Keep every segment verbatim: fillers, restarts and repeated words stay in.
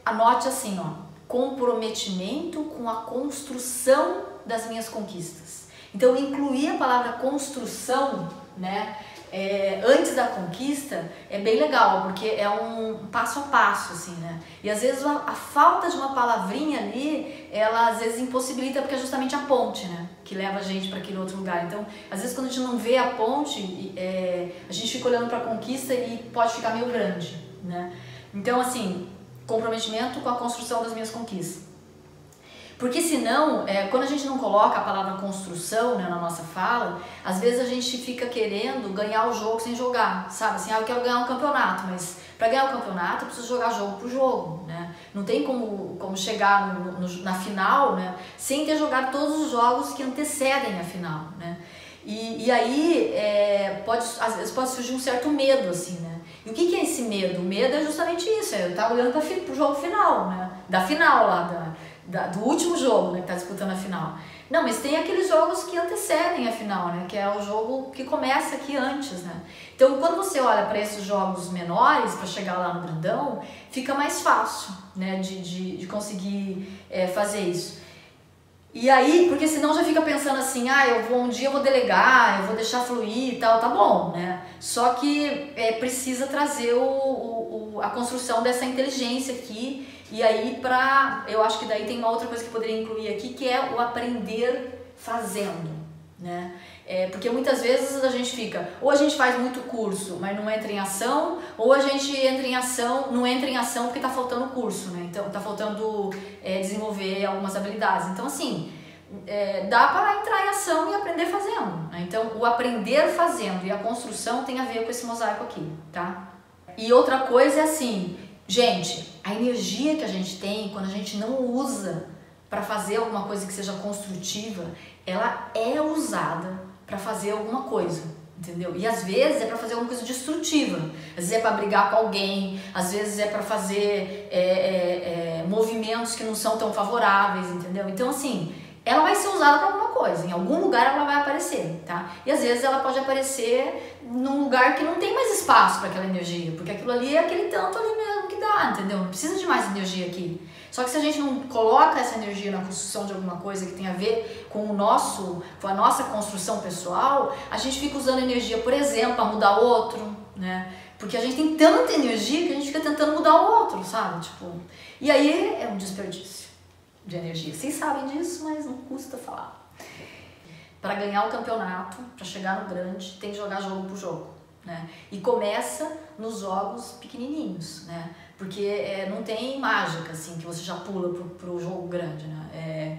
anote assim, ó, comprometimento com a construção das minhas conquistas. Então, incluir a palavra construção, né, é, antes da conquista é bem legal, porque é um passo a passo, assim, né? E às vezes a, a falta de uma palavrinha ali, ela às vezes impossibilita, porque é justamente a ponte, né, que leva a gente para aquele outro lugar. Então, às vezes quando a gente não vê a ponte, é, a gente fica olhando para a conquista e pode ficar meio grande, né? Então, assim, comprometimento com a construção das minhas conquistas. Porque senão, é, quando a gente não coloca a palavra construção, né, na nossa fala, às vezes a gente fica querendo ganhar o jogo sem jogar, sabe? Assim, ah, eu quero ganhar um campeonato, mas para ganhar o campeonato eu preciso jogar jogo por jogo, né? Não tem como, como chegar no, no, na final, né, sem ter jogado todos os jogos que antecedem a final, né? E, e aí, é, pode, às vezes pode surgir um certo medo, assim, né? E o que, que é esse medo? O medo é justamente isso, é eu estar olhando para o jogo final, né? Da final lá, da... Da, do último jogo, né, que está disputando a final. Não, mas tem aqueles jogos que antecedem a final, né, que é o jogo que começa aqui antes, né. Então, quando você olha para esses jogos menores, para chegar lá no grandão, fica mais fácil, né, de, de, de conseguir é, fazer isso. E aí, porque senão já fica pensando assim, ah, eu vou, um dia eu vou delegar, eu vou deixar fluir e tal, tá bom, né. Só que é, precisa trazer o, o, a construção dessa inteligência aqui. E aí, pra, eu acho que daí tem uma outra coisa que eu poderia incluir aqui, que é o aprender fazendo, né? É, porque muitas vezes a gente fica, ou a gente faz muito curso, mas não entra em ação, ou a gente entra em ação, não entra em ação porque tá faltando curso, né? Então, tá faltando é, desenvolver algumas habilidades. Então, assim, é, dá para entrar em ação e aprender fazendo, né? Então, o aprender fazendo e a construção tem a ver com esse mosaico aqui, tá? E outra coisa é assim, gente, a energia que a gente tem quando a gente não usa para fazer alguma coisa que seja construtiva, ela é usada para fazer alguma coisa, entendeu? E às vezes é para fazer alguma coisa destrutiva, às vezes é para brigar com alguém, às vezes é para fazer é, é, é, movimentos que não são tão favoráveis, entendeu? Então, assim, ela vai ser usada para alguma coisa, em algum lugar ela vai aparecer, tá? E às vezes ela pode aparecer num lugar que não tem mais espaço para aquela energia, porque aquilo ali é aquele tanto ali mesmo que dá, entendeu? Não precisa de mais energia aqui. Só que se a gente não coloca essa energia na construção de alguma coisa que tem a ver com o nosso, com a nossa construção pessoal, a gente fica usando energia, por exemplo, para mudar o outro, né? Porque a gente tem tanta energia que a gente fica tentando mudar o outro, sabe? Tipo, e aí é um desperdício de energia. Vocês sabem disso, mas não custa falar. Para ganhar o campeonato, para chegar no grande, tem que jogar jogo por jogo, né? E começa nos jogos pequenininhos, né? Porque é, não tem mágica, assim, que você já pula pro, pro jogo grande, né? É,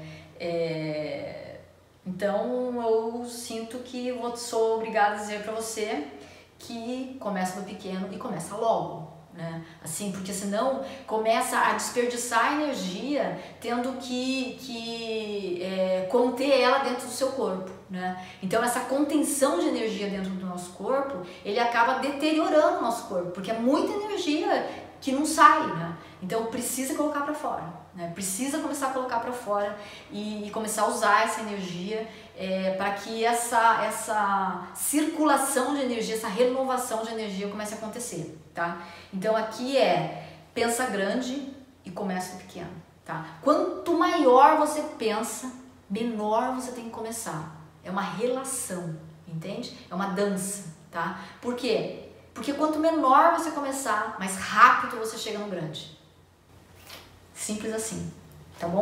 é... Então, eu sinto que eu sou obrigada a dizer para você que começa no pequeno e começa logo, né? Assim, porque senão começa a desperdiçar energia tendo que, que é, conter ela dentro do seu corpo, né? Então essa contenção de energia dentro do nosso corpo, ele acaba deteriorando o nosso corpo, porque é muita energia que não sai, né? Então precisa colocar para fora, né? Precisa começar a colocar para fora e, e começar a usar essa energia é, para que essa, essa circulação de energia, essa renovação de energia comece a acontecer, tá? Então aqui é, pensa grande e começa do pequeno, tá? Quanto maior você pensa, menor você tem que começar. É uma relação, entende? É uma dança, tá? Por quê? Porque quanto menor você começar, mais rápido você chega no grande. Simples assim.